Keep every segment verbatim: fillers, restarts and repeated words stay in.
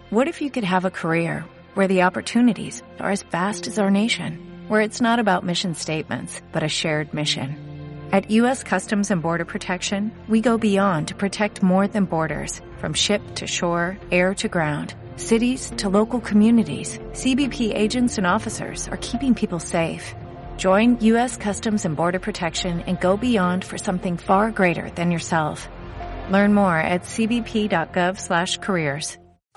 What if you could have a career where the opportunities are as vast as our nation, where it's not about mission statements, but a shared mission? At U S Customs and Border Protection, we go beyond to protect more than borders, from ship to shore, air to ground, cities to local communities. C B P agents and officers are keeping people safe. Join U S Customs and Border Protection and go beyond for something far greater than yourself. Learn more at c b p dot gov slash careers.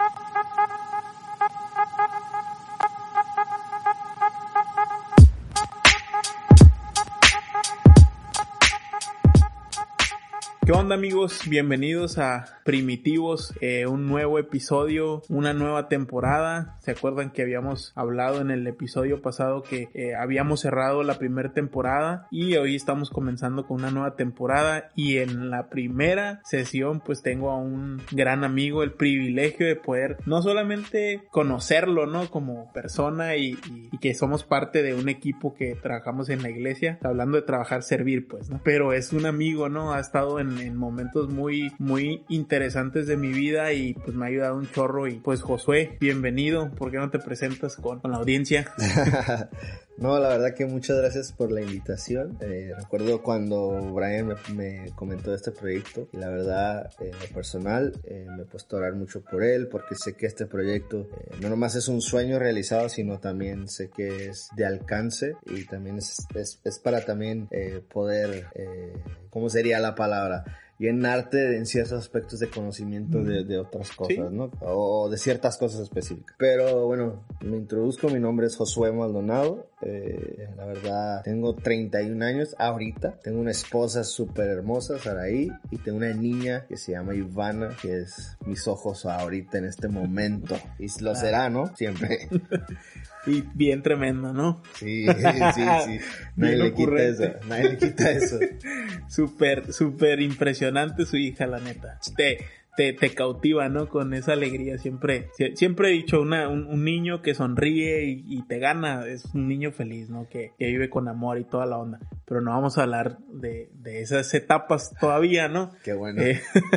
¿Qué onda, amigos? Bienvenidos a Primitivos, eh, un nuevo episodio, una nueva temporada. ¿Se acuerdan que habíamos hablado en el episodio pasado que eh, habíamos cerrado la primera temporada y hoy estamos comenzando con una nueva temporada? Y en la primera sesión pues tengo a un gran amigo, el privilegio de poder no solamente conocerlo, ¿no? Como persona y, y, y que somos parte de un equipo que trabajamos en la iglesia, hablando de trabajar, servir, pues, ¿no? Pero es un amigo, ¿no? Ha estado en en momentos muy muy interesantes de mi vida y pues me ha ayudado un chorro. Y pues Josué, bienvenido. ¿Por qué no te presentas con, con la audiencia? No, la verdad que muchas gracias por la invitación. Eh, recuerdo cuando Brian me, me comentó de este proyecto y la verdad, en lo personal, eh, me he puesto a orar mucho por él porque sé que este proyecto eh, no nomás es un sueño realizado, sino también sé que es de alcance y también es, es, es para también eh, poder, eh, ¿cómo sería la palabra? Llenarte en ciertos aspectos de conocimiento de, de otras cosas, ¿sí? ¿No? O de ciertas cosas específicas. Pero bueno, me introduzco, mi nombre es Josué Maldonado. Eh, la verdad, tengo treinta y un años ahorita. Tengo una esposa súper hermosa, Saraí, y tengo una niña que se llama Ivana, que es mis ojos ahorita en este momento. Y lo será, ¿no? Siempre. Y bien tremendo, ¿no? Sí, sí, sí. Nadie le quita eso. Nadie le quita eso. Súper, súper impresionante su hija, la neta. Te, te, te cautiva, ¿no? Con esa alegría. Siempre, siempre he dicho, una, un, un niño que sonríe y, y te gana es un niño feliz, ¿no? Que, que vive con amor y toda la onda. Pero no vamos a hablar de, de esas etapas todavía, ¿no? Qué bueno. Eh,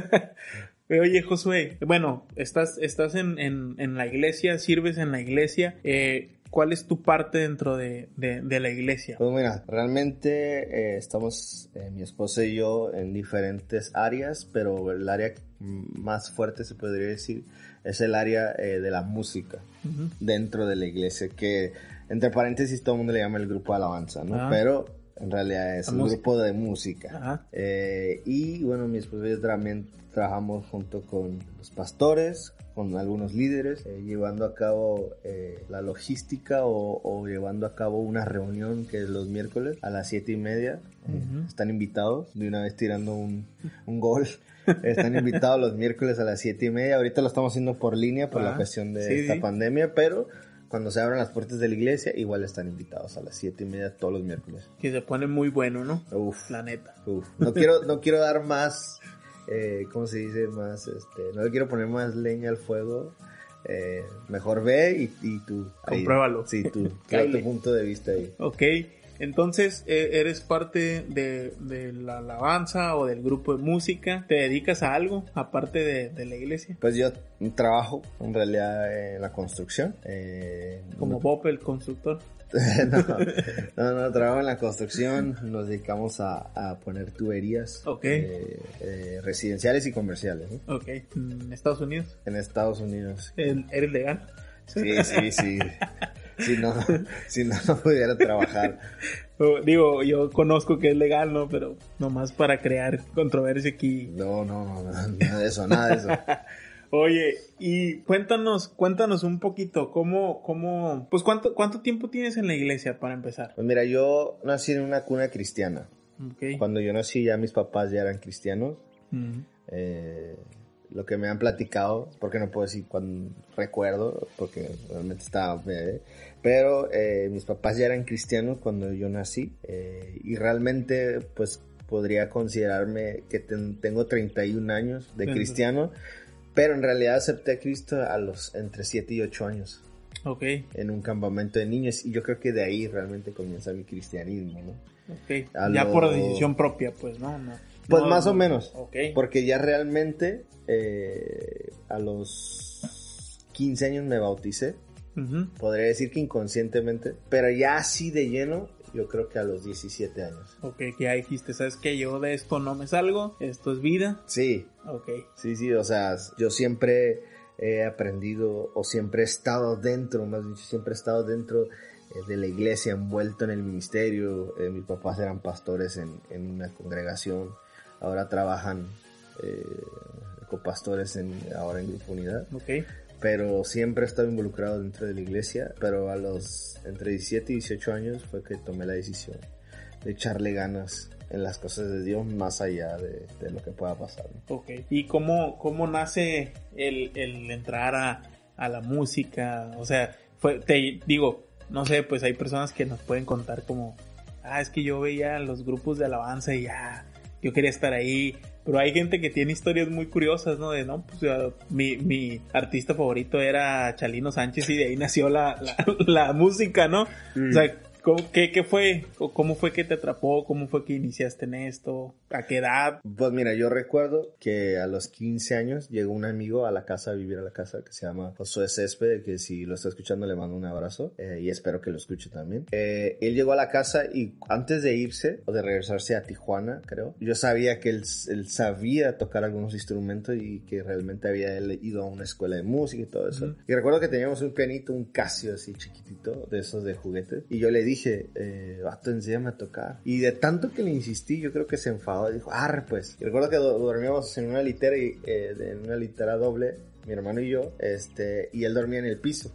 Oye, Josué, bueno, estás, estás en, en, en la iglesia, sirves en la iglesia. Eh, ¿Cuál es tu parte dentro de, de, de la iglesia? Pues mira, realmente eh, estamos, eh, mi esposa y yo, en diferentes áreas, pero el área más fuerte, se podría decir, es el área eh, de la música, uh-huh, dentro de la iglesia, que entre paréntesis todo el mundo le llama el grupo de alabanza, ¿no? Ah. Pero en realidad es un grupo de música. Eh, y bueno, mi esposa y yo también trabajamos junto con los pastores, con algunos líderes, eh, llevando a cabo eh, la logística o, o llevando a cabo una reunión que es los miércoles a las siete y media. Eh, uh-huh. Están invitados, de una vez tirando un, un gol. Están invitados los miércoles a las siete y media. Ahorita lo estamos haciendo por línea por ah, la cuestión de sí, esta sí. pandemia, pero cuando se abran las puertas de la iglesia, igual están invitados a las siete y media todos los miércoles. Que se pone muy bueno, ¿no? Uf, la neta. Uf. No quiero, no quiero dar más... Eh, ¿cómo se dice? Más, este, no le quiero poner más leña al fuego. Eh, mejor ve y, y tú. Compruébalo. Ahí, sí, tú. Dale tu punto de vista ahí. Ok. Entonces, eh, ¿eres parte de, de la alabanza o del grupo de música? ¿Te dedicas a algo aparte de, de la iglesia? Pues yo trabajo en realidad en la construcción. Eh, ¿Como Bob el constructor? no, no, no, trabajo en la construcción, nos dedicamos a, a poner tuberías, okay, eh, eh, residenciales y comerciales, ¿no? Ok, ¿en Estados Unidos? En Estados Unidos. ¿Eres legal? Sí, sí, sí. Si no, si no, no pudiera trabajar. Digo, yo conozco que es legal, ¿no? Pero nomás para crear controversia aquí. No, no, no, nada de eso, nada de eso. Oye, y cuéntanos, cuéntanos un poquito, ¿cómo, cómo, pues cuánto, cuánto tiempo tienes en la iglesia para empezar? Pues mira, yo nací en una cuna cristiana. Okay. Cuando yo nací ya mis papás ya eran cristianos. Uh-huh. Eh, lo que me han platicado, porque no puedo decir cuando recuerdo, porque realmente estaba bebé, pero eh, mis papás ya eran cristianos cuando yo nací, eh, y realmente pues podría considerarme que ten, tengo treinta y un años de cristiano, pero en realidad acepté a Cristo a los entre siete y ocho años. Okay. En un campamento de niños, y yo creo que de ahí realmente comienza mi cristianismo, ¿no? Okay. Ya lo... por decisión propia, pues, ¿no? no pues no, más no, o menos. Okay. Porque ya realmente eh, a los quince años me bauticé. Uh-huh. Podría decir que inconscientemente, pero ya así de lleno, yo creo que a los diecisiete años. Ok, que ya dijiste, ¿sabes qué? Yo de esto no me salgo, esto es vida. Sí. Ok. Sí, sí, o sea, yo siempre he aprendido, o siempre he estado dentro, más dicho, siempre he estado dentro de la iglesia, envuelto en el ministerio. Eh, mis papás eran pastores en, en una congregación, ahora trabajan eh, copastores en, ahora en Grupo Unidad. Ok. Pero siempre he estado involucrado dentro de la iglesia, pero a los entre diecisiete y dieciocho años fue que tomé la decisión de echarle ganas en las cosas de Dios más allá de, de lo que pueda pasar, ¿no? Ok. ¿Y cómo, cómo nace el, el entrar a, a la música? O sea, fue, te digo, no sé, pues hay personas que nos pueden contar como, ah, es que yo veía los grupos de alabanza y ya, yo quería estar ahí. Pero hay gente que tiene historias muy curiosas, ¿no? De, no, pues uh, mi, mi artista favorito era Chalino Sánchez y de ahí nació la, la, la música, ¿no? Mm. O sea, ¿cómo, qué, ¿qué fue? ¿Cómo fue que te atrapó? ¿Cómo fue que iniciaste en esto? ¿A qué edad? Pues mira, yo recuerdo que a los quince años llegó un amigo a la casa, a vivir a la casa, que se llama Josué Césped, que si lo está escuchando le mando un abrazo, eh, y espero que lo escuche también. Eh, él llegó a la casa y antes de irse, o de regresarse a Tijuana, creo, yo sabía que él, él sabía tocar algunos instrumentos y que realmente había él ido a una escuela de música y todo eso. Uh-huh. Y recuerdo que teníamos un pianito, un Casio así chiquitito, de esos de juguetes, y yo le dije, eh, vato, enséñame a tocar. Y de tanto que le insistí, yo creo que se enfadó. Dijo, arre pues. Y recuerdo que do- dormíamos en una litera, y, eh, en una litera doble, mi hermano y yo, este, y él dormía en el piso.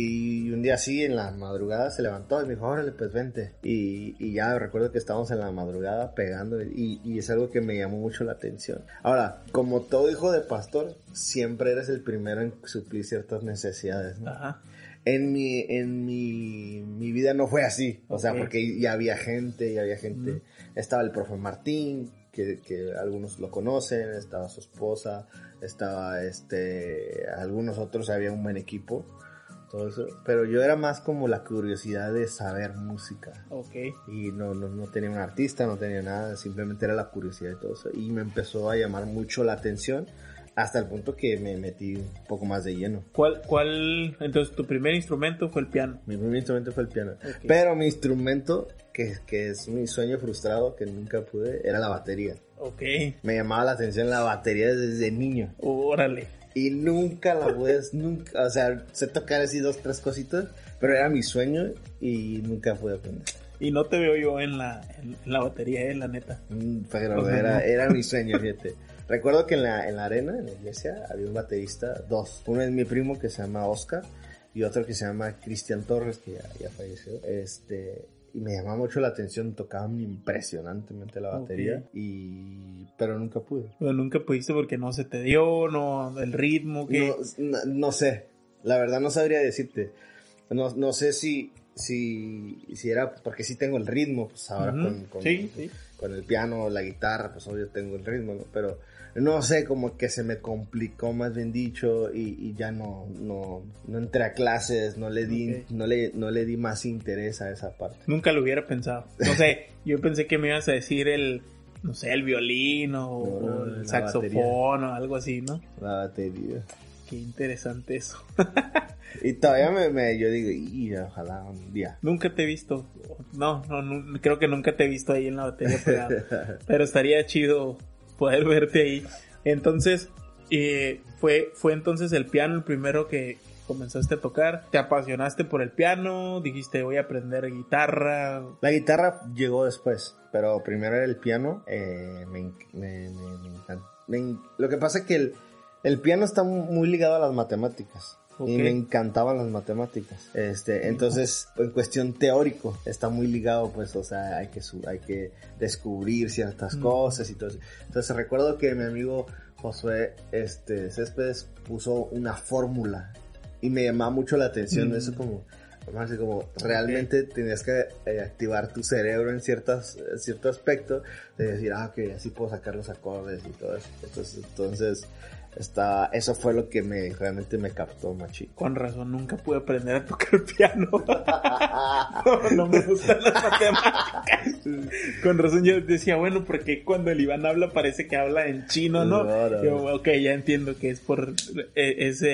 Y un día así, en la madrugada, se levantó y me dijo, órale, pues vente. Y, y ya recuerdo que estábamos en la madrugada pegando, y, y es algo que me llamó mucho la atención. Ahora, como todo hijo de pastor, siempre eres el primero en suplir ciertas necesidades, ¿no? Ajá. En mi, en mi, mi vida no fue así, o sea, okay. Porque ya había gente, ya había gente, mm. Estaba el profe Martín, que, que algunos lo conocen, estaba su esposa, estaba este, algunos otros, había un buen equipo, todo eso, pero yo era más como la curiosidad de saber música, okay. Y no, no, no tenía un artista, no tenía nada, simplemente era la curiosidad de todo eso, y me empezó a llamar mucho la atención, hasta el punto que me metí un poco más de lleno. ¿Cuál, cuál, entonces tu primer instrumento fue el piano? Mi primer instrumento fue el piano. Okay. Pero mi instrumento, que, que es mi sueño frustrado, que nunca pude, era la batería. Ok. Me llamaba la atención la batería desde niño. Órale. Y nunca la pude, nunca, o sea, sé tocar así dos, tres cositas, pero era mi sueño y nunca pude aprender. Y no te veo yo en la, en, en la batería, eh, la neta. Mm, pero o sea, era, no. era mi sueño, fíjate. Recuerdo que en la, en la arena, en la iglesia, había un baterista, dos. Uno es mi primo que se llama Oscar y otro que se llama Cristian Torres, que ya, ya falleció. Este, y me llamaba mucho la atención, tocaban impresionantemente la batería, okay. y pero nunca pude. Pero nunca pudiste porque no se te dio, no, el ritmo, que no, no, no sé, la verdad no sabría decirte. No, no sé si, si, si era, porque sí tengo el ritmo, pues ahora uh-huh. con, con, sí, sí. con el piano, la guitarra, pues obvio tengo el ritmo, ¿no? Pero no sé, como que se me complicó, más bien dicho, y, y ya no, no, no entré a clases, no le di, okay. no le, no le di más interés a esa parte. Nunca lo hubiera pensado. No sé, yo pensé que me ibas a decir el, no sé, el violín o, no, o el saxofón batería. O algo así, ¿no? La batería. Qué interesante eso. Y todavía me, me yo digo, y ojalá un día. Nunca te he visto. No, no, no, creo que nunca te he visto ahí en la batería pegado. Pero estaría chido poder verte ahí. Entonces, eh, fue, fue entonces el piano el primero que comenzaste a tocar. ¿Te apasionaste por el piano? ¿Dijiste voy a aprender guitarra? La guitarra llegó después, pero primero era el piano. Eh, me, me, me, me encanta. Me, lo que pasa es que el, el piano está muy ligado a las matemáticas. Okay. Y me encantaban las matemáticas. Este, entonces, en cuestión teórico, está muy ligado, pues, o sea, hay que, hay que descubrir ciertas mm. cosas y todo eso. Entonces, recuerdo que mi amigo Josué, este, Céspedes puso una fórmula y me llamaba mucho la atención. Mm. Eso como, así como realmente okay. tenías que eh, activar tu cerebro en ciertas, en cierto aspecto, de decir, ah, ok, así puedo sacar los acordes y todo eso. Entonces, entonces Está, eso fue lo que me realmente me captó, machi. Con razón, nunca pude aprender a tocar piano. no, no me gustan las matemáticas. Con razón yo decía, bueno, porque cuando el Iván habla parece que habla en chino, ¿no? no, no. Yo, ok, ya entiendo que es por eh, ese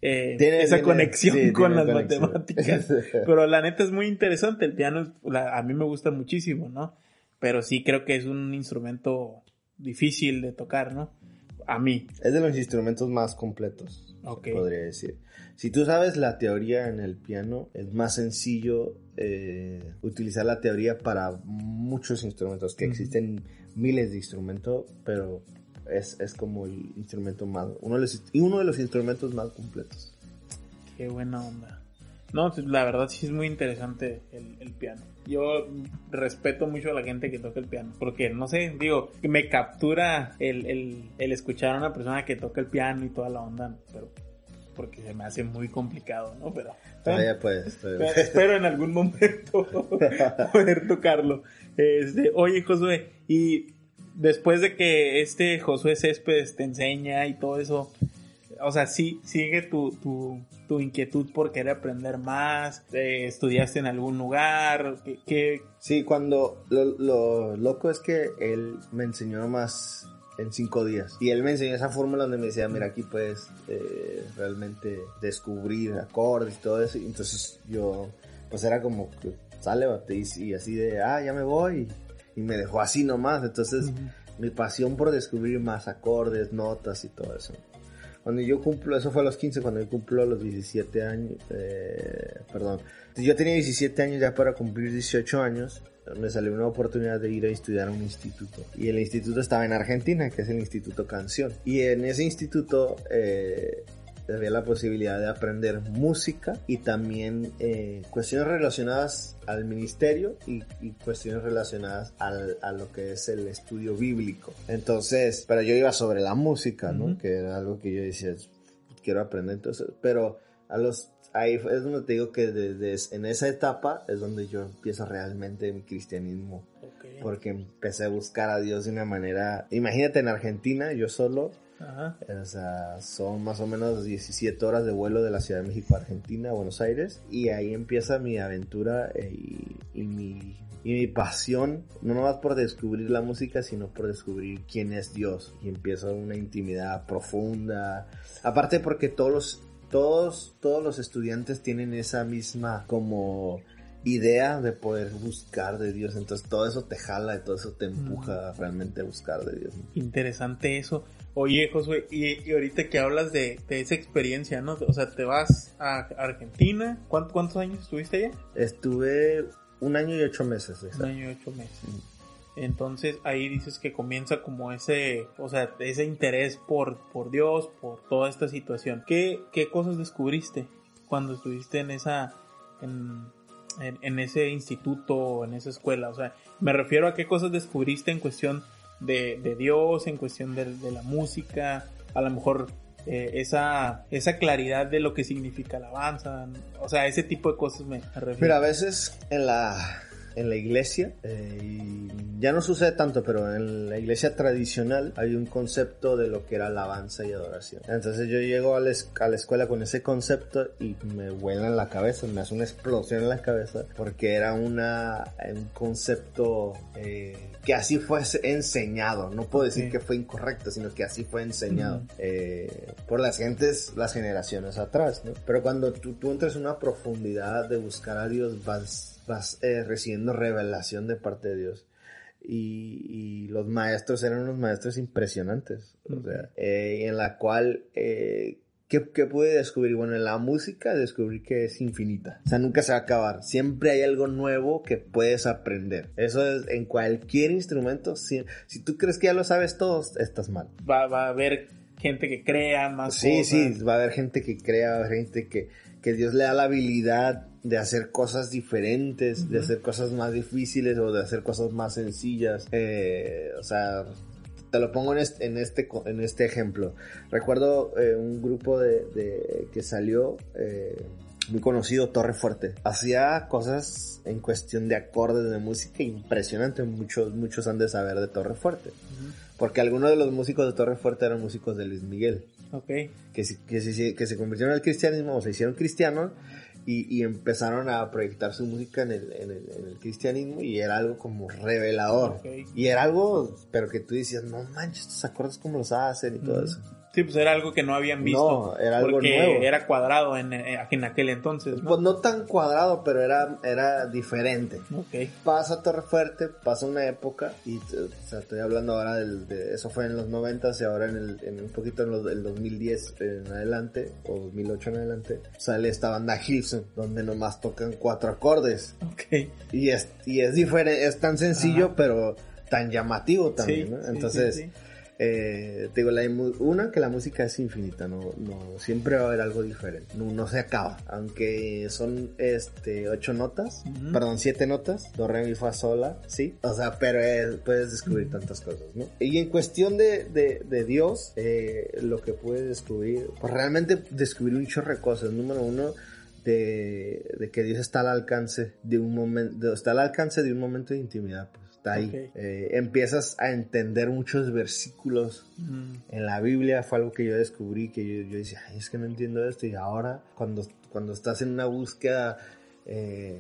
eh, tiene, esa tiene, conexión sí, con las conexión. matemáticas. Pero la neta es muy interesante. El piano la, a mí me gusta muchísimo, ¿no? Pero sí creo que es un instrumento difícil de tocar, ¿no? A mí. Es de los instrumentos más completos, okay. podría decir. Si tú sabes la teoría en el piano, es más sencillo eh, utilizar la teoría para muchos instrumentos, que uh-huh. existen miles de instrumentos, pero es, es como el instrumento más, uno de los, y uno de los instrumentos más completos. Qué buena onda. No, la verdad sí es muy interesante el, el piano. Yo respeto mucho a la gente que toca el piano, porque no sé, digo, me captura el, el, el escuchar a una persona que toca el piano y toda la onda, pero porque se me hace muy complicado, ¿no? Pero todavía puedes, pero espero en algún momento poder tocarlo. Este, oye, Josué, y después de que este Josué Céspedes te enseña y todo eso, o sea, sí, sigue tu, tu, tu inquietud por querer aprender más, eh, estudiaste en algún lugar, ¿qué, qué? Sí, cuando, lo, lo loco es que él me enseñó más en cinco días, y él me enseñó esa fórmula donde me decía, mira, aquí puedes eh, realmente descubrir acordes y todo eso, y entonces yo, pues era como que sale, y, y así de, ah, ya me voy, y me dejó así nomás, entonces uh-huh. mi pasión por descubrir más acordes, notas y todo eso. Cuando yo cumplo, eso fue a los quince, cuando yo cumplo a los diecisiete años, eh, perdón, yo tenía diecisiete años ya para cumplir dieciocho años, me salió una oportunidad de ir a estudiar a un instituto. Y el instituto estaba en Argentina, que es el Instituto Canción. Y en ese instituto eh, había la posibilidad de aprender música y también eh, cuestiones relacionadas al ministerio y, y cuestiones relacionadas al, a lo que es el estudio bíblico. Entonces, pero yo iba sobre la música, ¿no? Uh-huh. Que era algo que yo decía, quiero aprender. Entonces, pero a los ahí es donde te digo que desde en esa etapa es donde yo empiezo realmente mi cristianismo. Okay. Porque empecé a buscar a Dios de una manera, imagínate en Argentina, yo solo. Ajá. O sea, son más o menos diecisiete horas de vuelo de la Ciudad de México a Argentina, a Buenos Aires, y ahí empieza mi aventura eh, y, y, mi, y mi pasión, no nomás por descubrir la música, sino por descubrir quién es Dios, y empiezo una intimidad profunda, aparte porque todos los, todos, todos los estudiantes tienen esa misma como idea de poder buscar de Dios, entonces todo eso te jala y todo eso te empuja mm. realmente a buscar de Dios. Interesante eso. Oye, Josué, y, y ahorita que hablas de, de esa experiencia, ¿no? O sea, te vas a Argentina. ¿Cuántos, cuántos años estuviste allá? Estuve un año y ocho meses. Un año y ocho meses. Mm. Entonces ahí dices que comienza como ese, o sea, ese interés por, por Dios, por toda esta situación. ¿Qué, qué cosas descubriste cuando estuviste en esa, en, en, en ese instituto o en esa escuela? O sea, me refiero a qué cosas descubriste en cuestión de, de Dios, en cuestión de, de la música, a lo mejor eh, esa, esa claridad de lo que significa alabanza, o sea, ese tipo de cosas me, me refiero. Mira, a veces en la, en la iglesia, eh, y ya no sucede tanto, pero en la iglesia tradicional hay un concepto de lo que era alabanza y adoración. Entonces yo llego a la, a la escuela con ese concepto y me vuela en la cabeza, me hace una explosión en la cabeza, porque era una, un concepto eh, que así fue enseñado. No puedo decir sí. que fue incorrecto, sino que así fue enseñado uh-huh. eh, por las gentes, las generaciones atrás, ¿no? Pero cuando tú, tú entras en una profundidad de buscar a Dios, vas, vas eh, recibiendo revelación de parte de Dios. Y, y los maestros eran unos maestros impresionantes, uh-huh. o sea, eh, en la cual eh, ¿qué, ¿qué pude descubrir? Bueno, en la música descubrí que es infinita, o sea, nunca se va a acabar, siempre hay algo nuevo que puedes aprender. Eso es en cualquier instrumento. Si, si tú crees que ya lo sabes todo, estás mal. Va, va a haber gente que crea más sí, cosas. Sí, sí, va a haber gente que crea, va a haber gente que, que Dios le da la habilidad de hacer cosas diferentes, uh-huh. de hacer cosas más difíciles o de hacer cosas más sencillas. Eh, o sea, te lo pongo en este, en este, en este ejemplo. Recuerdo eh, un grupo de, de que salió eh, muy conocido, Torre Fuerte. Hacía cosas en cuestión de acordes de música impresionante. Muchos, muchos han de saber de Torre Fuerte. Uh-huh. Porque algunos de los músicos de Torre Fuerte eran músicos de Luis Miguel. Okay. Que, que, se, que se convirtieron al cristianismo o se hicieron cristianos. Y, y empezaron a proyectar su música en el, en, el, en el cristianismo y era algo como revelador. Okay. Y era algo, pero que tú decías, no manches, estos acordes cómo los hacen y todo uh-huh. eso. Sí, pues era algo que no habían visto. No, era algo porque nuevo. era cuadrado en, en aquel entonces, ¿no? Pues no tan cuadrado, pero era, era diferente. Ok. Pasa Torrefuerte, pasa una época, y o sea, estoy hablando ahora del, de eso fue en los noventas y ahora en, el, en un poquito en los, el dos mil diez en adelante, o dos mil ocho en adelante, sale esta banda Hilson, donde nomás tocan cuatro acordes. Ok. Y es, y es diferente, es tan sencillo, Ajá. pero tan llamativo también, Sí, ¿no? sí, Entonces, sí, sí. Eh, te digo, la, una, que la música es infinita, no, no, siempre va a haber algo diferente, no, no se acaba, aunque son este ocho notas, uh-huh. perdón, siete notas, do, re, mi, fa, sol, la, sí, o sea, pero es, puedes descubrir uh-huh. tantas cosas, ¿no? Y en cuestión de, de, de Dios, eh, lo que puedes descubrir, pues realmente descubrir un chorro de cosas. Número uno, de, de que Dios está al alcance de un momento, está al alcance de un momento de intimidad, pues. Está ahí. Okay. Eh, empiezas a entender muchos versículos mm. en la Biblia. Fue algo que yo descubrí, que yo, yo decía, ay, es que no entiendo esto. Y ahora, cuando, cuando estás en una búsqueda eh,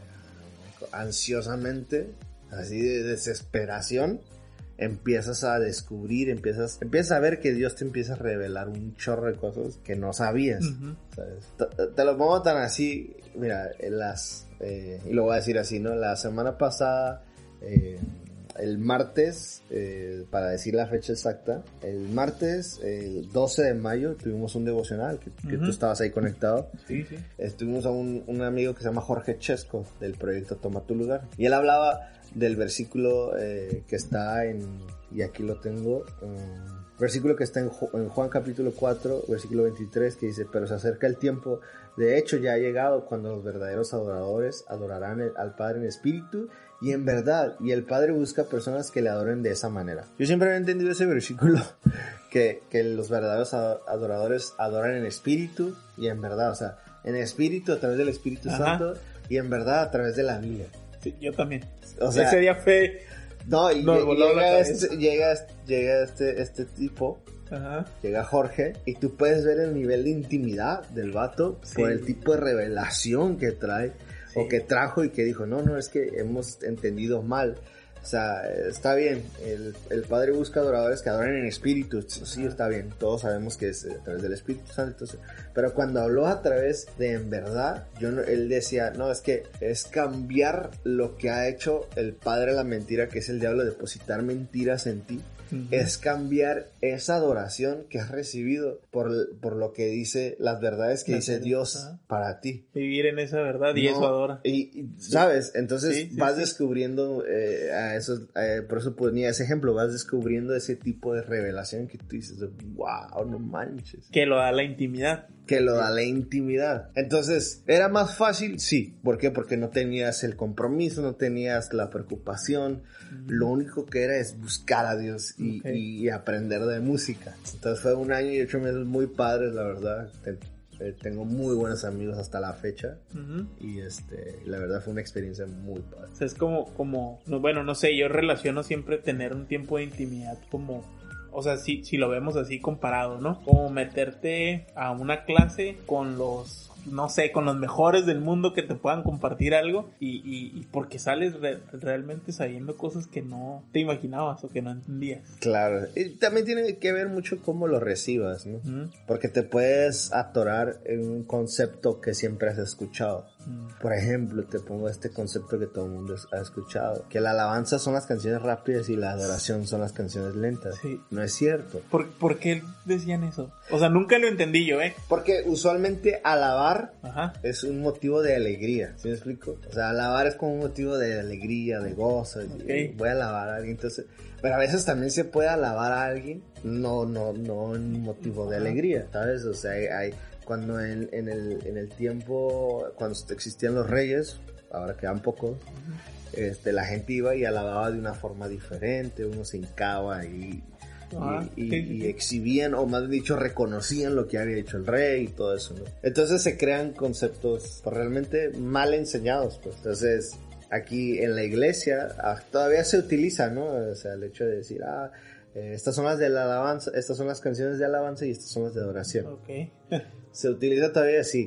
ansiosamente, así de desesperación, empiezas a descubrir, empiezas, empiezas a ver que Dios te empieza a revelar un chorro de cosas que no sabías. Uh-huh. ¿Sabes? Te, te lo pongo tan así, mira, en las, eh, y lo voy a decir así, ¿no? La semana pasada, Eh, el martes, eh, para decir la fecha exacta, el martes el doce de mayo tuvimos un devocional que, que uh-huh. tú estabas ahí conectado. Sí, sí. Estuvimos a un, un amigo que se llama Jorge Chesco del proyecto Toma tu Lugar, y él hablaba del versículo eh, que está en, y aquí lo tengo, um, versículo que está en, en Juan capítulo cuatro, versículo veintitrés, que dice: pero se acerca el tiempo, de hecho ya ha llegado, cuando los verdaderos adoradores adorarán el, al Padre en espíritu y en verdad, y el Padre busca personas que le adoren de esa manera. Yo siempre he entendido ese versículo, que, que los verdaderos adoradores adoran en espíritu y en verdad, o sea, en espíritu a través del Espíritu Ajá. Santo, y en verdad a través de la Biblia. Sí, yo también. O sea, ese día fue... No, y llega, llega, este, llega, llega este, este tipo, Ajá. llega Jorge, y tú puedes ver el nivel de intimidad del vato, sí. por el tipo de revelación que trae, sí. o que trajo, y que dijo, no, no, es que hemos entendido mal. O sea, está bien, el, el Padre busca adoradores que adoren en espíritu, sí, está bien, todos sabemos que es a través del Espíritu Santo, entonces, pero cuando habló a través de en verdad, yo no, él decía, no, es que es cambiar lo que ha hecho el padre de la mentira, que es el diablo, depositar mentiras en ti. Uh-huh. Es cambiar esa adoración que has recibido por, por lo que dice, las verdades que la dice Dios uh-huh. para ti. Vivir en esa verdad y no, eso adora. Y, y ¿sabes? Entonces sí, sí, vas sí. descubriendo, eh, a esos, eh, por eso ponía ese ejemplo, vas descubriendo ese tipo de revelación que tú dices, wow, no manches. Que lo da la intimidad. Que lo da la intimidad. Entonces, ¿era más fácil? Sí. ¿Por qué? Porque no tenías el compromiso, no tenías la preocupación. Mm. Lo único que era es buscar a Dios y, okay. y, y aprender de música. Entonces fue un año y ocho meses muy padres, la verdad. Te, eh, tengo muy buenos amigos hasta la fecha. Uh-huh. Y este, la verdad fue una experiencia muy padre. O sea, es como, como, no, bueno, no sé, yo relaciono siempre tener un tiempo de intimidad como... O sea, si, si lo vemos así comparado, ¿no? Como meterte a una clase con los, no sé, con los mejores del mundo que te puedan compartir algo y, y, y porque sales re- realmente sabiendo cosas que no te imaginabas o que no entendías. Claro, y también tiene que ver mucho cómo lo recibas, ¿no? Uh-huh. Porque te puedes atorar en un concepto que siempre has escuchado. Por ejemplo, te pongo este concepto que todo el mundo ha escuchado, que la alabanza son las canciones rápidas y la adoración son las canciones lentas. Sí. No es cierto. ¿Por, ¿Por qué decían eso? O sea, nunca lo entendí yo, ¿eh? Porque usualmente alabar Ajá. es un motivo de alegría, ¿sí me explico? O sea, alabar es como un motivo de alegría, de gozo. Okay. Voy a alabar a alguien, entonces... Pero a veces también se puede alabar a alguien, no, no, no en un motivo de alegría, ¿sabes? O sea, hay... hay cuando en, en, el, en el tiempo, cuando existían los reyes, ahora quedan pocos, uh-huh. este, la gente iba y alababa de una forma diferente, uno se hincaba y, uh-huh. y, y, y exhibían, o más dicho, reconocían lo que había hecho el rey y todo eso, ¿no? Entonces se crean conceptos pues, realmente mal enseñados, pues. Entonces, aquí en la iglesia ah, todavía se utiliza, ¿no? O sea, el hecho de decir, ah, eh, estas son las de la alabanza, estas son las canciones de alabanza y estas son las de adoración. Okay. Se utiliza todavía así,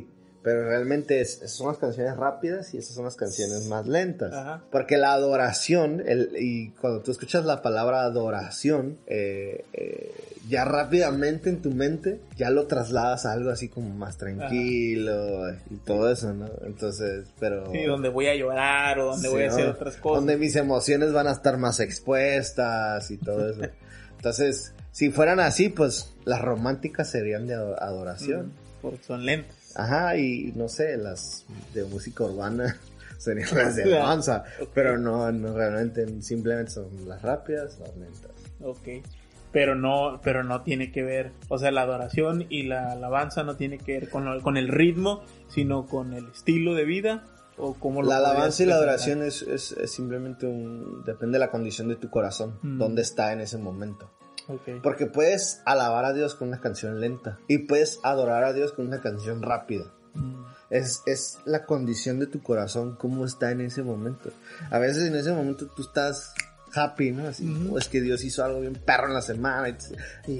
pero realmente es, son las canciones rápidas y esas son las canciones más lentas. Ajá. Porque la adoración, el, y cuando tú escuchas la palabra adoración, eh, eh, ya rápidamente en tu mente ya lo trasladas a algo así como más tranquilo. Ajá. Y todo eso, ¿no? Entonces, pero... Sí, donde voy a llorar o donde sí, voy a hacer ¿no? otras cosas. Donde mis emociones van a estar más expuestas y todo eso. Entonces, si fueran así, pues las románticas serían de adoración. Mm, porque son lentas. Ajá, y no sé, las de música urbana serían las de alabanza, okay. Pero no, no realmente, simplemente son las rápidas, las lentas. Ok, pero no, pero no tiene que ver, o sea, la adoración y la alabanza no tiene que ver con, lo, con el ritmo, sino con el estilo de vida. ¿O cómo lo la alabanza y la adoración es, es, es simplemente un, depende de la condición de tu corazón, mm. dónde está en ese momento. Okay. Porque puedes alabar a Dios con una canción lenta y puedes adorar a Dios con una canción rápida. Mm. Es, es la condición de tu corazón, cómo está en ese momento. A veces en ese momento tú estás happy, ¿no? Así, mm. oh, es que Dios hizo algo bien perro en la semana. Y, y,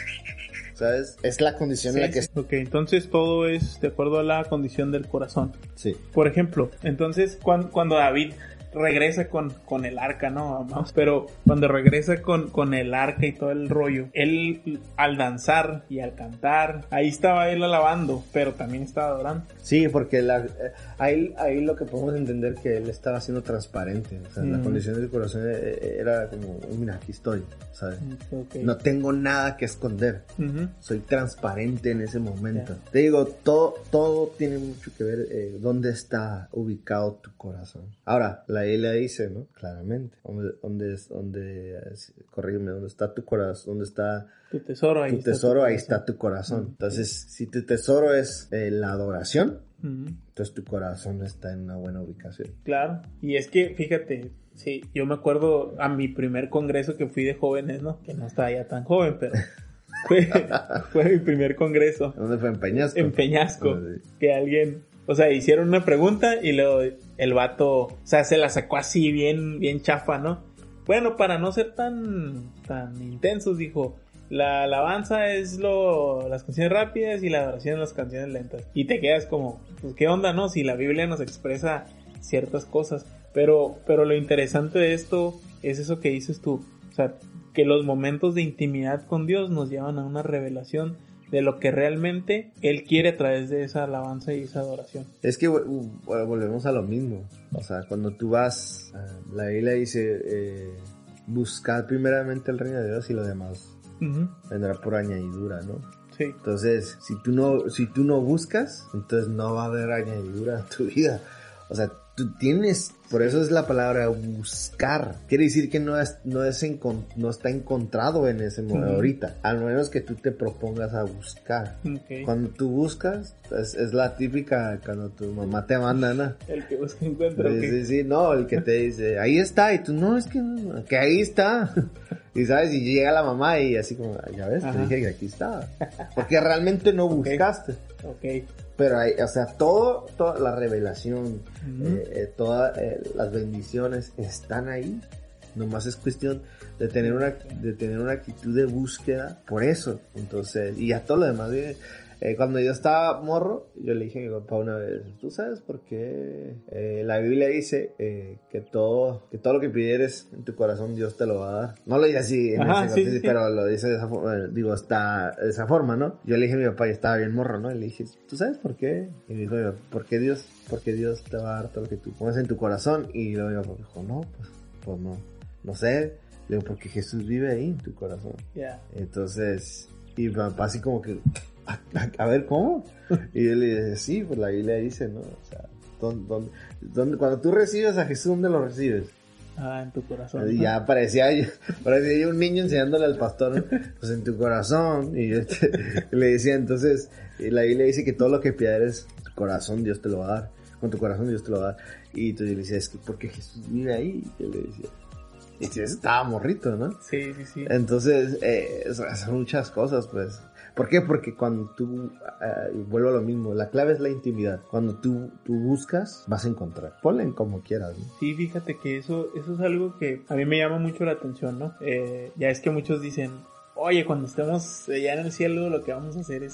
¿sabes? Es la condición sí, en la que... Ok, entonces todo es de acuerdo a la condición del corazón. Sí. Por ejemplo, entonces cuando, cuando David regresa con, con el arca, ¿no? Vamos, pero cuando regresa con, con el arca y todo el rollo, él al danzar y al cantar, ahí estaba él alabando, pero también estaba adorando. Sí, porque la, eh, ahí, ahí lo que podemos entender que él estaba siendo transparente, o sea, mm. la condición del corazón era como, mira, aquí estoy, ¿sabes? Okay. No tengo nada que esconder, uh-huh. soy transparente en ese momento. Yeah. Te digo, todo, todo tiene mucho que ver eh, dónde está ubicado tu corazón. Ahora, la Ahí le dice, ¿no? Claramente. Donde, donde, donde, corrígeme, donde está tu corazón, donde está tu tesoro, ahí, tu está, tesoro, tu ahí está tu corazón. Uh-huh. Entonces, si tu tesoro es eh, la adoración, uh-huh. entonces tu corazón está en una buena ubicación. Claro. Y es que, fíjate, sí, yo me acuerdo a mi primer congreso que fui de jóvenes, ¿no? Que no estaba ya tan joven, pero... fue, fue mi primer congreso. ¿Dónde fue? En Peñasco. En Peñasco. Oh, sí. Que alguien... O sea, hicieron una pregunta y luego el vato, o sea, se la sacó así bien, bien chafa, ¿no? Bueno, para no ser tan, tan intensos, dijo, la alabanza es lo, las canciones rápidas y la adoración las canciones lentas. Y te quedas como, pues, ¿qué onda, no? Si la Biblia nos expresa ciertas cosas. Pero, pero lo interesante de esto es eso que dices tú. O sea, que los momentos de intimidad con Dios nos llevan a una revelación de lo que realmente Él quiere a través de esa alabanza y esa adoración. Es que uh, volvemos a lo mismo. O sea, cuando tú vas, uh, la Biblia dice, eh, buscad primeramente el reino de Dios y lo demás uh-huh. vendrá por añadidura, ¿no? Sí. Entonces, si tú no, si tú no buscas, entonces no va a haber añadidura a tu vida. O sea, tú tienes, por eso es la palabra buscar. Quiere decir que no es, no es encon, no está encontrado en ese momento uh-huh. ahorita. Al menos que tú te propongas a buscar. Okay. Cuando tú buscas, es, es la típica cuando tu mamá te manda, ¿no? El que busca encuentra. Sí, sí, sí, no, el que te dice, ahí está, y tú, no, es que, que ahí está. Y sabes, y llega la mamá y así como, ya ves, te dije que aquí estaba. Porque realmente no buscaste. Ok. okay. Pero hay, o sea, todo, toda la revelación, uh-huh. eh, eh, todas eh, las bendiciones están ahí. Nomás es cuestión de tener una, de tener una actitud de búsqueda por eso. Entonces, y a todo lo demás, eh, eh, cuando yo estaba morro, yo le dije a mi papá una vez, ¿tú sabes por qué eh, la Biblia dice eh, que todo, que todo lo que pidieres en tu corazón Dios te lo va a dar? No lo dice así, en Ajá, ese sí, contexto, sí. pero lo dice de esa forma, digo, está de esa forma, ¿no? Yo le dije a mi papá, y estaba bien morro, ¿no? Y le dije, ¿tú sabes por qué? Y me dijo, ¿por qué Dios, porque Dios te va a dar todo lo que tú pones en tu corazón? Y luego mi papá dijo, no, pues, pues no, no sé. Le digo, porque Jesús vive ahí en tu corazón. Yeah. Entonces, y mi papá así como que, a, a, a ver, ¿cómo? Y yo le dije, sí, pues la Biblia dice, ¿no? O sea, ¿dónde, dónde, dónde, cuando tú recibes a Jesús, ¿dónde lo recibes? Ah, en tu corazón. Y ya parecía yo, parecía yo un niño enseñándole al pastor, ¿no? Pues en tu corazón. Y yo te, le decía, entonces, y la Biblia dice que todo lo que pides, tu corazón Dios te lo va a dar. Con tu corazón Dios te lo va a dar. Y entonces yo le decía, es que porque Jesús vive ahí. Y yo le decía, y si estaba morrito, ¿no? Sí, sí, sí. Entonces, eh, son muchas cosas, pues. ¿Por qué? Porque cuando tú, eh, vuelvo a lo mismo, la clave es la intimidad. Cuando tú, tú buscas, vas a encontrar. Ponle como quieras, ¿no? Sí, fíjate que eso, eso es algo que a mí me llama mucho la atención, ¿no? Eh, ya es que muchos dicen, oye, cuando estemos allá en el cielo, lo que vamos a hacer es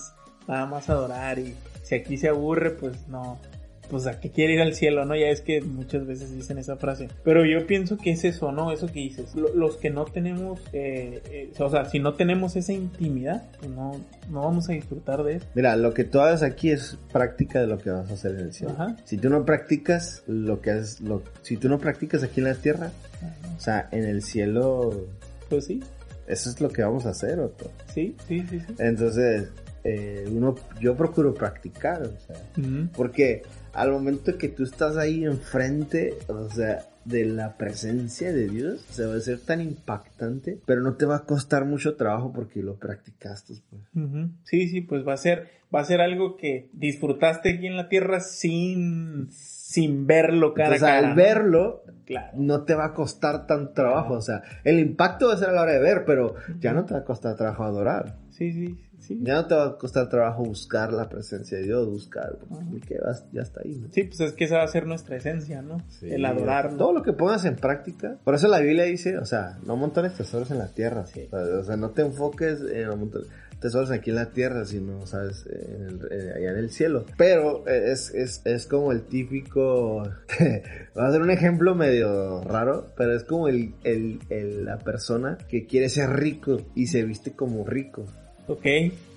nada más adorar, y si aquí se aburre, pues no, pues a qué quiere ir al cielo, ¿no? Ya es que muchas veces dicen esa frase, pero yo pienso que es eso, ¿no? Eso que dices, Lo, los que no tenemos, eh, eh, o sea, si no tenemos esa intimidad, pues no, no vamos a disfrutar de eso. Mira, lo que tú hagas aquí es práctica de lo que vas a hacer en el cielo. Ajá. Si tú no practicas lo que es, lo, si tú no practicas aquí en la tierra, Ajá. o sea, en el cielo, Pues sí, eso es lo que vamos a hacer, Otto. sí, sí, sí, sí. Entonces, eh, uno, yo procuro practicar, o sea, Uh-huh. porque al momento que tú estás ahí enfrente, o sea, de la presencia de Dios, se va a ser tan impactante, pero no te va a costar mucho trabajo porque lo practicaste, pues. Uh-huh. Sí, sí, pues va a ser, va a ser algo que disfrutaste aquí en la tierra sin, sin verlo cara Entonces, a cara, al ¿no? verlo, Claro. no te va a costar tanto trabajo, o sea, el impacto va a ser a la hora de ver, pero ya no te va a costar trabajo adorar. Sí, sí, sí. Ya no te va a costar trabajo buscar la presencia de Dios, buscar, Ajá. que vas, ya está ahí, ¿no? Sí, pues es que esa va a ser nuestra esencia, ¿no? Sí, El adorarlo. todo lo que pongas en práctica. Por eso la Biblia dice, o sea, no montones tesoros en la tierra. Sí. O, sea, o sea, no te enfoques en montones tesoros aquí en la tierra, sino, sabes, en el, eh, allá en el cielo. Pero es, es, es como el típico, va a ser un ejemplo medio raro, pero es como el, el, el, la persona que quiere ser rico y se viste como rico. Ok.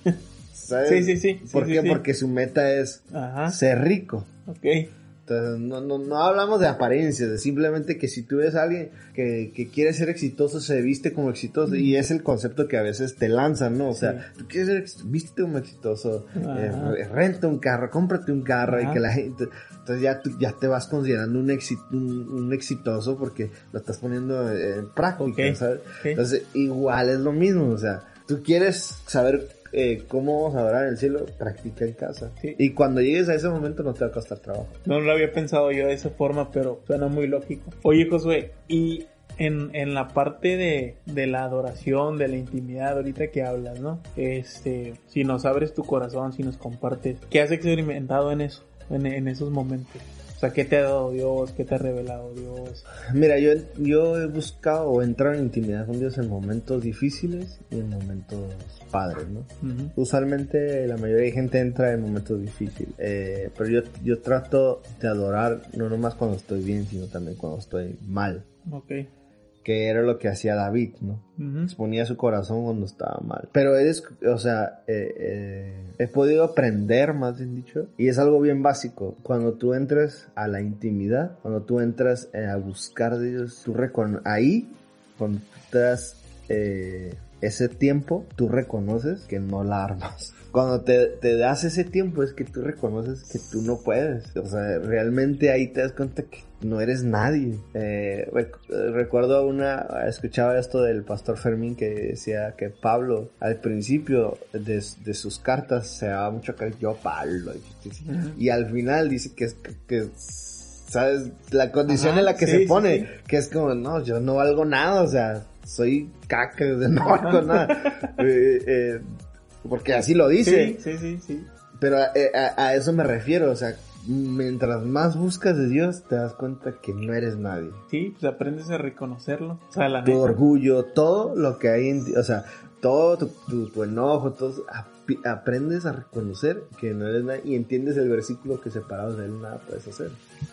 ¿Sabes? Sí, sí, sí. ¿Por sí, qué? sí, sí. Porque su meta es Ajá. ser rico. Ok. Entonces, no, no, no hablamos de apariencias, de simplemente que si tú ves a alguien que, que quiere ser exitoso, se viste como exitoso, y es el concepto que a veces te lanzan, ¿no? O sea, Sí. tú quieres ser exitoso, vístete como exitoso, Ajá. eh, renta un carro, cómprate un carro, Ajá. y que la gente, entonces ya tú ya te vas considerando un, exi, un, un exitoso porque lo estás poniendo en práctica, Okay. ¿sabes? Okay. Entonces, igual es lo mismo, o sea, tú quieres saber Eh, cómo vamos a adorar en el cielo, practica en casa. Sí. Y cuando llegues a ese momento no te va a costar trabajo. No lo había pensado yo de esa forma, pero suena muy lógico. Oye, Josué, y en, en la parte de, de la adoración, de la intimidad, ahorita que hablas, ¿no? Este, si nos abres tu corazón, si nos compartes, ¿qué has experimentado en eso, en, en esos momentos? O sea, ¿qué te ha dado Dios? ¿Qué te ha revelado Dios? Mira, yo, yo he buscado o entrar en intimidad con Dios en momentos difíciles y en momentos padres, ¿no? Uh-huh. Usualmente la mayoría de gente entra en momentos difíciles, eh, pero yo, yo trato de adorar no nomás cuando estoy bien, sino también cuando estoy mal, Ok. que era lo que hacía David, ¿no? Uh-huh. Exponía su corazón cuando estaba mal. Pero eres, o sea, eh, eh, he podido aprender, más bien dicho, y es algo bien básico. Cuando tú entras a la intimidad, cuando tú entras eh, a buscar de Dios, tú reconoces, ahí, cuando tú te das eh, ese tiempo, tú reconoces que no la armas. Cuando te, te das ese tiempo es que tú reconoces que tú no puedes. O sea, realmente ahí te das cuenta que no eres nadie. Eh, rec- recuerdo una, escuchaba esto del pastor Fermín que decía que Pablo al principio de, de sus cartas se daba mucho que yo Pablo. Uh-huh. Y al final dice que es que, que ¿sabes? La condición Ajá, en la que sí, se sí, pone, sí. que es como, no, yo no valgo nada, o sea, soy caca, no valgo nada. eh, eh, porque así lo dice. Sí, sí, sí, sí. Pero a, a, a eso me refiero, o sea, mientras más buscas de Dios, te das cuenta que no eres nadie. Sí, pues aprendes a reconocerlo. O sea, la Tu neta. orgullo, todo lo que hay en ti, o sea, todo tu, tu, tu enojo, todo, ap- aprendes a reconocer que no eres nadie y entiendes el versículo que separados de él nada puedes hacer.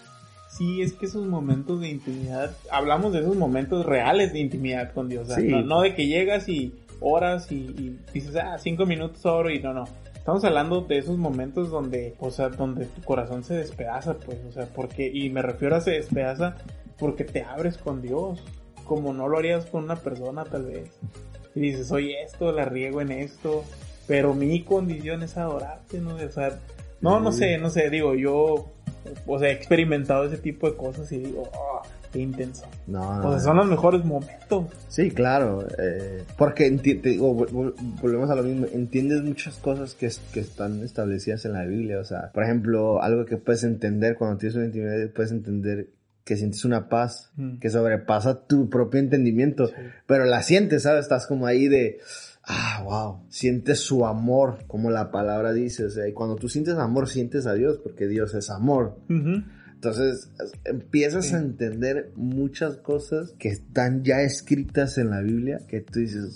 Sí, es que esos momentos de intimidad, hablamos de esos momentos reales de intimidad con Dios, o sea, Sí. no, no de que llegas y oras y, y dices, ah, cinco minutos oro y no, no. Estamos hablando de esos momentos donde, o sea, donde tu corazón se despedaza, pues, o sea, porque, y me refiero a se despedaza porque te abres con Dios, como no lo harías con una persona tal vez. Y dices, oye, esto, la riego en esto, pero mi condición es adorarte, ¿no? O sea, no, no sé, no sé, digo, yo, o sea, he experimentado ese tipo de cosas y digo, oh, qué intenso. No, no. O sea, son los mejores momentos. Sí, claro, eh, porque enti- te digo, vol- vol- volvemos a lo mismo, entiendes muchas cosas que, es- que están establecidas en la Biblia, o sea, por ejemplo, algo que puedes entender cuando tienes una intimidad, puedes entender que sientes una paz Mm. que sobrepasa tu propio entendimiento, Sí. pero la sientes, ¿sabes? Estás como ahí de, ah, wow, sientes su amor, como la palabra dice, o sea, y cuando tú sientes amor, sientes a Dios, porque Dios es amor. Uh-huh. Entonces empiezas Sí. a entender muchas cosas que están ya escritas en la Biblia que tú dices,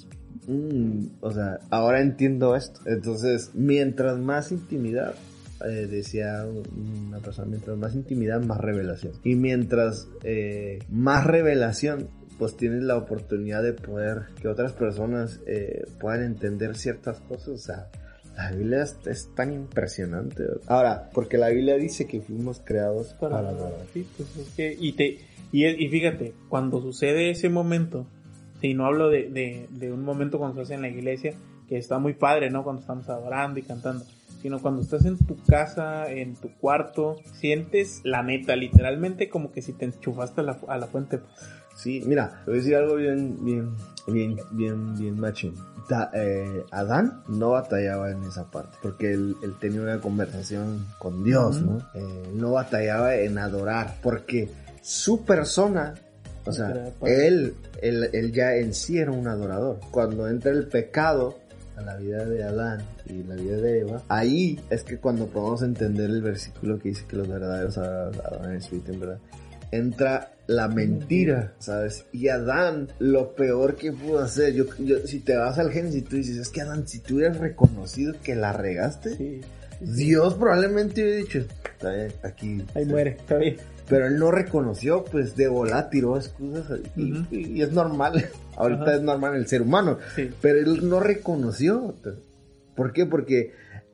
mm, o sea, ahora entiendo esto. Entonces, mientras más intimidad, eh, decía una persona, mientras más intimidad, más revelación. Y mientras eh, más revelación, pues tienes la oportunidad de poder que otras personas eh, puedan entender ciertas cosas. O sea, la Biblia es, es tan impresionante. Ahora, porque la Biblia dice que fuimos creados para, para adorar. Sí, pues es que, y, te, y, y fíjate, cuando sucede ese momento, y no hablo de, de, de un momento cuando estás en la iglesia, que está muy padre, ¿no? Cuando estamos adorando y cantando, sino cuando estás en tu casa, en tu cuarto, sientes la neta, literalmente como que si te enchufaste a la, a la fuente. Sí, mira, te voy a decir algo bien, bien, bien, bien, bien machín. Da, eh, Adán no batallaba en esa parte, porque él, él tenía una conversación con Dios, uh-huh. ¿no? Eh, no batallaba en adorar, porque su persona, o sea, él, él, él ya en sí era un adorador. Cuando entra el pecado a la vida de Adán y la vida de Eva, ahí es que cuando podemos entender el versículo que dice que los verdaderos adoran en espíritu, en verdad, entra la mentira, ¿sabes? Y Adán, lo peor que pudo hacer, yo, yo, si te vas al Génesis, tú dices, es que Adán, si tú hubieras reconocido que la regaste, sí. Dios probablemente hubiera dicho, está bien, aquí. Ahí muere, está bien. Pero él no reconoció, pues de volá tiró excusas y, uh-huh. y, y es normal, ahorita uh-huh. es normal el ser humano, sí. Pero él no reconoció. ¿Por qué? Porque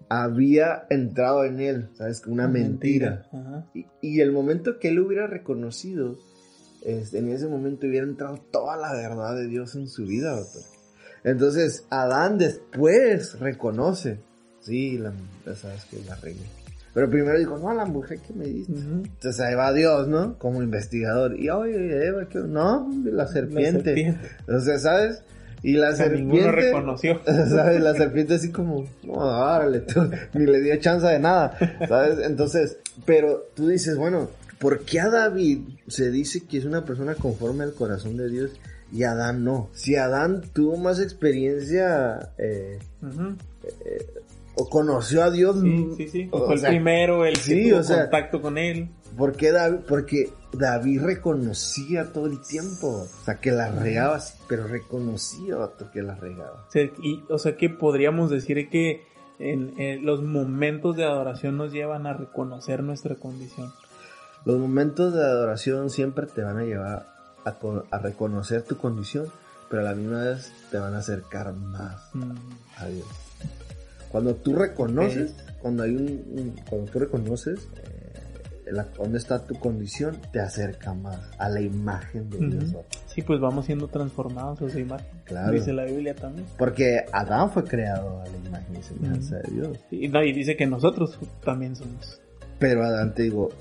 había entrado en él, ¿sabes? Una mentira. mentira. Uh-huh. Y, y el momento que él hubiera reconocido, es, en ese momento hubiera entrado toda la verdad de Dios en su vida, doctor. Entonces, Adán después reconoce, sí, la, sabes que la regué. Pero primero dijo, no, la mujer que me diste. Uh-huh. Entonces ahí va Dios, ¿no? Como investigador. Y oye, Eva, ¿qué? No, la serpiente. La serpiente. O sea, ¿sabes? Y la o sea, serpiente... Ninguno reconoció. ¿Sabes? La serpiente así como, no, árale, tú, ni le dio chance de nada, ¿sabes? Entonces, pero tú dices, bueno, ¿por qué a David se dice que es una persona conforme al corazón de Dios y Adán no? Si Adán tuvo más experiencia, eh, uh-huh. eh, o conoció a Dios. Sí, sí, sí. O fue el sea, primero, el sí, que tuvo o sea, contacto con él. ¿Por qué David? Porque David reconocía todo el tiempo. O sea, que la regaba, pero reconocía que la regaba. O sea, y, o sea, que podríamos decir que en, en los momentos de adoración nos llevan a reconocer nuestra condición. Los momentos de adoración siempre te van a llevar a, a reconocer tu condición, pero a la misma vez te van a acercar más mm. a Dios. Cuando tú reconoces, okay. cuando hay un, un cuando tú reconoces eh, la, dónde está tu condición, te acerca más a la imagen de Dios. Uh-huh. Sí, pues vamos siendo transformados a esa imagen. Claro. Dice la Biblia también. Porque Adán fue creado a la imagen y semejanza uh-huh. de Dios. Y, no, y dice que nosotros también somos. Pero Adán, te digo,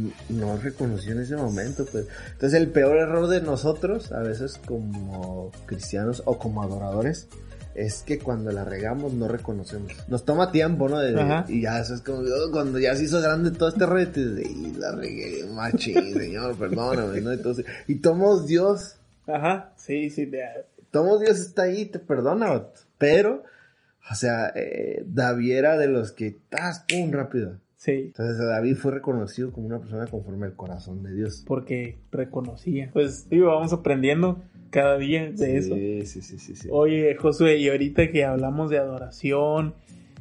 no reconoció en ese momento, pues. Entonces el peor error de nosotros, a veces como cristianos o como adoradores, es que cuando la regamos no reconocemos. Nos toma tiempo, ¿no? De, y ya eso es como, oh, cuando ya se hizo grande todo este rollo, te dices, y la regué, machín, señor, perdóname, ¿no? Entonces, y tomos Dios. Ajá, sí, sí. De... Tomos Dios está ahí, te perdona, pero, o sea, eh, David era de los que, ¡tas! ¡Pum! Rápido. Sí. Entonces David fue reconocido como una persona conforme al corazón de Dios. Porque reconocía. Pues, digo, vamos aprendiendo cada día de sí, eso. Sí, sí, sí, sí. Oye, Josué, y ahorita que hablamos de adoración,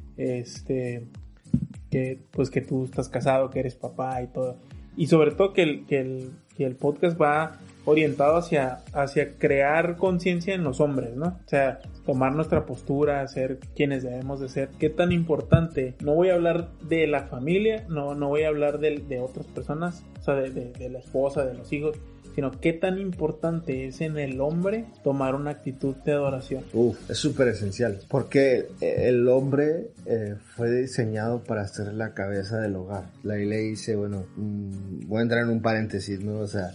este, que pues que tú estás casado, que eres papá y todo, y sobre todo que el, que el, que el podcast va orientado hacia, hacia crear conciencia en los hombres, ¿no? O sea, tomar nuestra postura, ser quienes debemos de ser. ¿Qué tan importante? No voy a hablar de la familia, no, no voy a hablar de, de otras personas, o sea, de, de, de la esposa, de los hijos, sino qué tan importante es en el hombre tomar una actitud de adoración. Uf, es súper esencial, porque el hombre eh, fue diseñado para ser la cabeza del hogar. La Biblia dice, bueno, mmm, voy a entrar en un paréntesis, ¿no? O sea,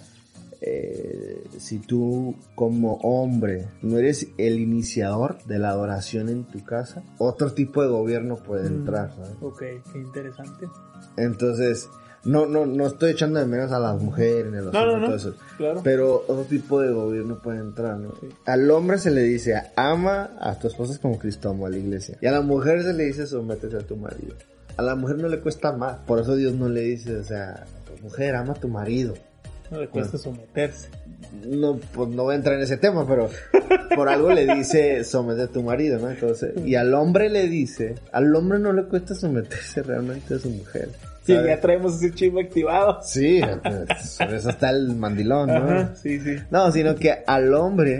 eh, si tú como hombre no eres el iniciador de la adoración en tu casa, otro tipo de gobierno puede mm, entrar, ¿sabes? Ok, qué interesante. Entonces, no, no, no estoy echando de menos a las mujeres, ni a los no, hombres, no, no, todo eso. Claro. Pero otro tipo de gobierno puede entrar, ¿no? Sí. Al hombre se le dice, ama a tu esposa como Cristo amó a la iglesia. Y a la mujer se le dice, sométete a tu marido. A la mujer no le cuesta más. Por eso Dios no le dice, o sea, mujer, ama a tu marido. No le cuesta someterse. No, pues no voy a entrar en ese tema, pero por algo le dice somete a tu marido, ¿no? Entonces, y al hombre le dice, al hombre no le cuesta someterse realmente a su mujer. Sí, ¿sabes? ya traemos ese chisme activado. Sí, pues, sobre eso está el mandilón, ¿no? Ajá, sí, sí. No, sino que al hombre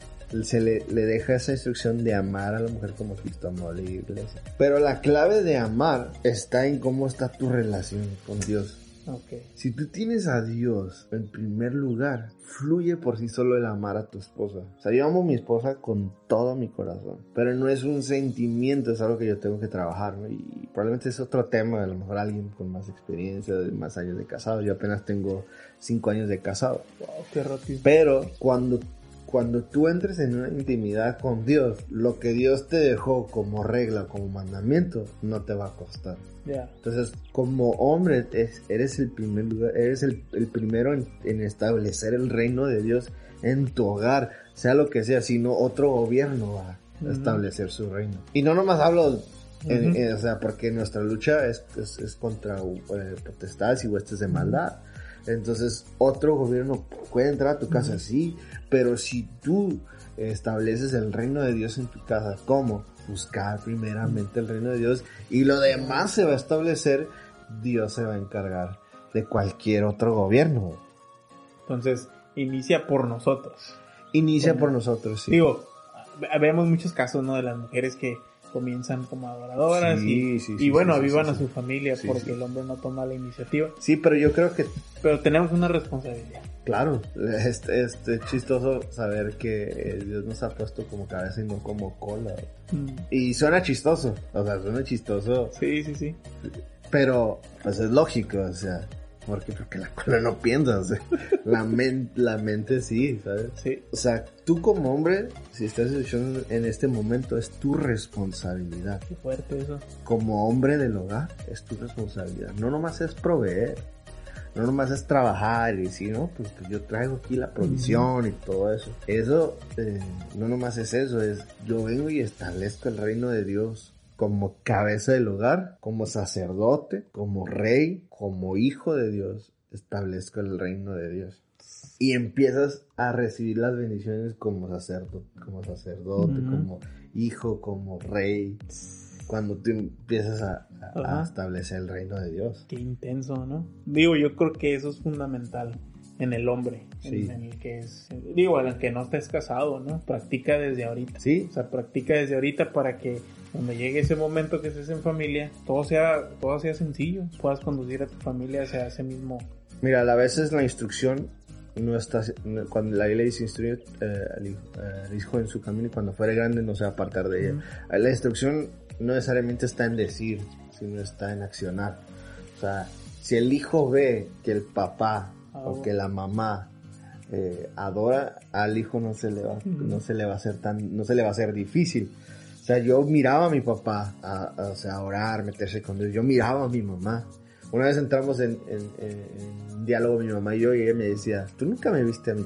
se le, le deja esa instrucción de amar a la mujer como Cristo amó a la iglesia. Pero la clave de amar está en cómo está tu relación con Dios. Okay. Si tú tienes a Dios en primer lugar, fluye por sí solo el amar a tu esposa. O sea, yo amo a mi esposa con todo mi corazón, pero no es un sentimiento, es algo que yo tengo que trabajar, ¿no? Y probablemente es otro tema, a lo mejor alguien con más experiencia, de más años de casado. Yo apenas tengo cinco años de casado. Wow, qué rápido. Pero cuando Cuando tú entres en una intimidad con Dios, lo que Dios te dejó como regla, como mandamiento, no te va a costar. Yeah. Entonces, como hombre, es, eres el primer lugar, eres el, el primero en, en establecer el reino de Dios en tu hogar, sea lo que sea, sino otro gobierno va a uh-huh. establecer su reino. Y no nomás hablo, en, uh-huh. en, o sea, porque nuestra lucha es, es, es contra eh, potestades y huestes de maldad. Entonces, otro gobierno puede entrar a tu casa, uh-huh. sí, pero si tú estableces el reino de Dios en tu casa, ¿cómo? Buscar primeramente el reino de Dios y lo demás se va a establecer, Dios se va a encargar de cualquier otro gobierno. Entonces, inicia por nosotros. Inicia Como, por nosotros, sí. Digo, vemos muchos casos, ¿no? De las mujeres que comienzan como adoradoras sí, y, sí, sí, y bueno, sí, sí, avivan sí, sí. a su familia sí, porque sí. el hombre no toma la iniciativa. Sí, pero yo creo que... Pero tenemos una responsabilidad. Claro, es, es, es chistoso saber que Dios nos ha puesto como cabeza y no como cola. Mm. Y suena chistoso, o sea, suena chistoso. Sí, sí, sí. Pero, pues es lógico, o sea... ¿Por qué? Porque la cola no piensa, o sea, la, men- la mente sí, ¿sabes? Sí. O sea, tú como hombre, si estás escuchando en este momento, es tu responsabilidad. Qué fuerte eso. Como hombre del hogar, es tu responsabilidad. No nomás es proveer, no nomás es trabajar y decir, no, pues, pues yo traigo aquí la provisión uh-huh. y todo eso. Eso, eh, no nomás es eso, es yo vengo y establezco el reino de Dios. Como cabeza del hogar, como sacerdote, como rey, como hijo de Dios, establezco el reino de Dios. Y empiezas a recibir las bendiciones como sacerdote, como sacerdote, uh-huh. como hijo, como rey. Cuando tú empiezas a, a, a establecer el reino de Dios. Qué intenso, ¿no? Digo, yo creo que eso es fundamental en el hombre, sí. en, en el que es, digo, en el que no estés casado, ¿no? Practica desde ahorita. Sí. O sea, practica desde ahorita para que cuando llegue ese momento que estés en familia, todo sea, todo sea sencillo, puedas conducir a tu familia hacia ese mismo. Mira, a veces la instrucción no está, no, cuando la ley dice instruir eh, al, hijo, eh, al hijo en su camino y cuando fuere grande no se va a apartar de ella. Uh-huh. La instrucción no necesariamente está en decir, sino está en accionar. O sea, si el hijo ve que el papá oh. o que la mamá eh, adora, al hijo no se le va, uh-huh. no se le va a hacer tan, no se le va a hacer difícil. O sea, yo miraba a mi papá a, a, o sea, a orar, meterse con Dios. Yo miraba a mi mamá. Una vez entramos en, en, en un diálogo mi mamá y yo, y ella me decía, tú nunca me viste a mí.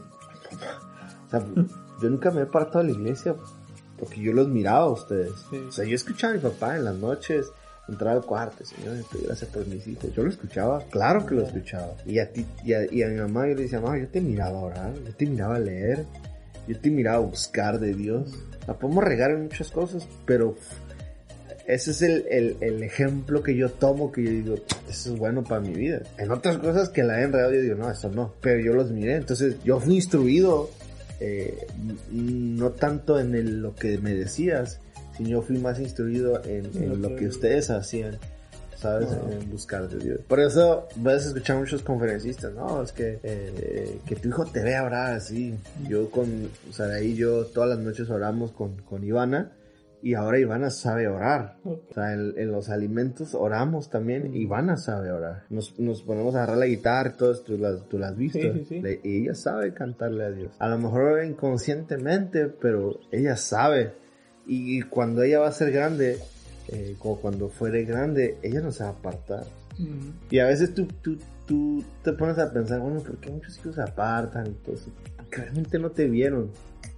O sea, yo nunca me he apartado de la iglesia porque yo los miraba a ustedes. Sí. O sea, yo escuchaba a mi papá en las noches, entraba al cuarto, Señor, estoy gracias por mis hijos. Yo lo escuchaba, claro que lo escuchaba. Y a ti, y a, y a mi mamá yo le decía, mamá, yo te miraba a orar, yo te miraba a leer, yo te miraba a buscar de Dios. La podemos regar en muchas cosas, pero ese es el, el, el ejemplo que yo tomo, que yo digo, eso es bueno para mi vida. En otras cosas que la he enredado, yo digo, no, eso no. Pero yo los miré, entonces yo fui instruido, eh, no tanto en el, lo que me decías, sino yo fui más instruido en, en lo que ustedes hacían, ¿sabes? Wow. En buscar de Dios. Por eso vas a escuchar muchos conferencistas, no, es que eh, que tu hijo te vea orar así. Yo con Saraí y yo todas las noches oramos con, con Ivana, y ahora Ivana sabe orar. O sea, en, en los alimentos oramos también, Ivana sabe orar. Nos, nos ponemos a agarrar la guitarra, todo esto, tú las, tú las has visto. Sí, sí, sí. Le, y ella sabe cantarle a Dios. A lo mejor inconscientemente, pero ella sabe. Y cuando ella va a ser grande, eh, como cuando fuere grande, ella no se va a apartar. Uh-huh. Y a veces tú, tú, tú te pones a pensar, bueno, ¿por qué muchos hijos se apartan y todo eso? Porque realmente no te vieron.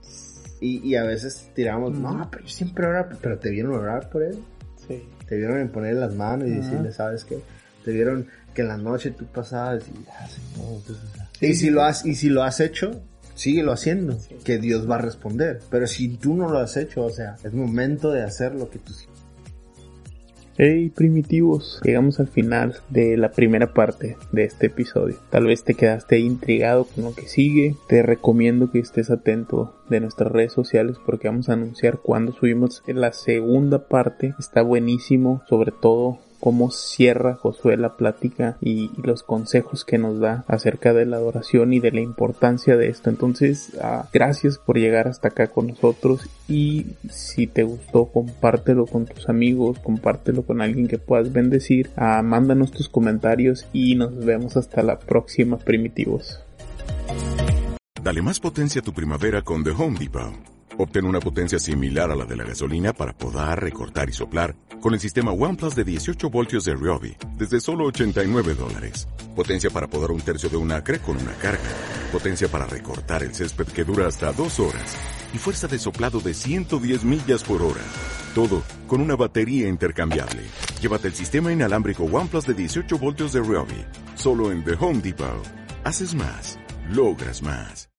Y, y a veces tiramos, uh-huh. no, pero yo siempre oro, pero te vieron orar por él. Sí. Te vieron en ponerle las manos y uh-huh. decirle, ¿sabes qué? te vieron que en la noche tú pasabas y, ah, sí, no, entonces, y si lo has, y si lo has hecho, síguelo haciendo, sí. Que Dios va a responder. Pero si tú no lo has hecho, o sea, es momento de hacer lo que tú... Hey primitivos, llegamos al final de la primera parte de este episodio. Tal vez te quedaste intrigado con lo que sigue. Te recomiendo que estés atento de nuestras redes sociales porque vamos a anunciar cuando subimos la segunda parte. Está buenísimo, sobre todo cómo cierra Josué la plática y, y los consejos que nos da acerca de la adoración y de la importancia de esto. Entonces, uh, gracias por llegar hasta acá con nosotros, y si te gustó, compártelo con tus amigos, compártelo con alguien que puedas bendecir, uh, mándanos tus comentarios y nos vemos hasta la próxima, primitivos. Dale más potencia a tu primavera con The Home Depot. Obtén una potencia similar a la de la gasolina para podar, recortar y soplar con el sistema OnePlus de dieciocho voltios de Ryobi desde solo ochenta y nueve dólares. Potencia para podar un tercio de un acre con una carga. Potencia para recortar el césped que dura hasta dos horas. Y fuerza de soplado de ciento diez millas por hora. Todo con una batería intercambiable. Llévate el sistema inalámbrico OnePlus de dieciocho voltios de Ryobi. Solo en The Home Depot. Haces más. Logras más.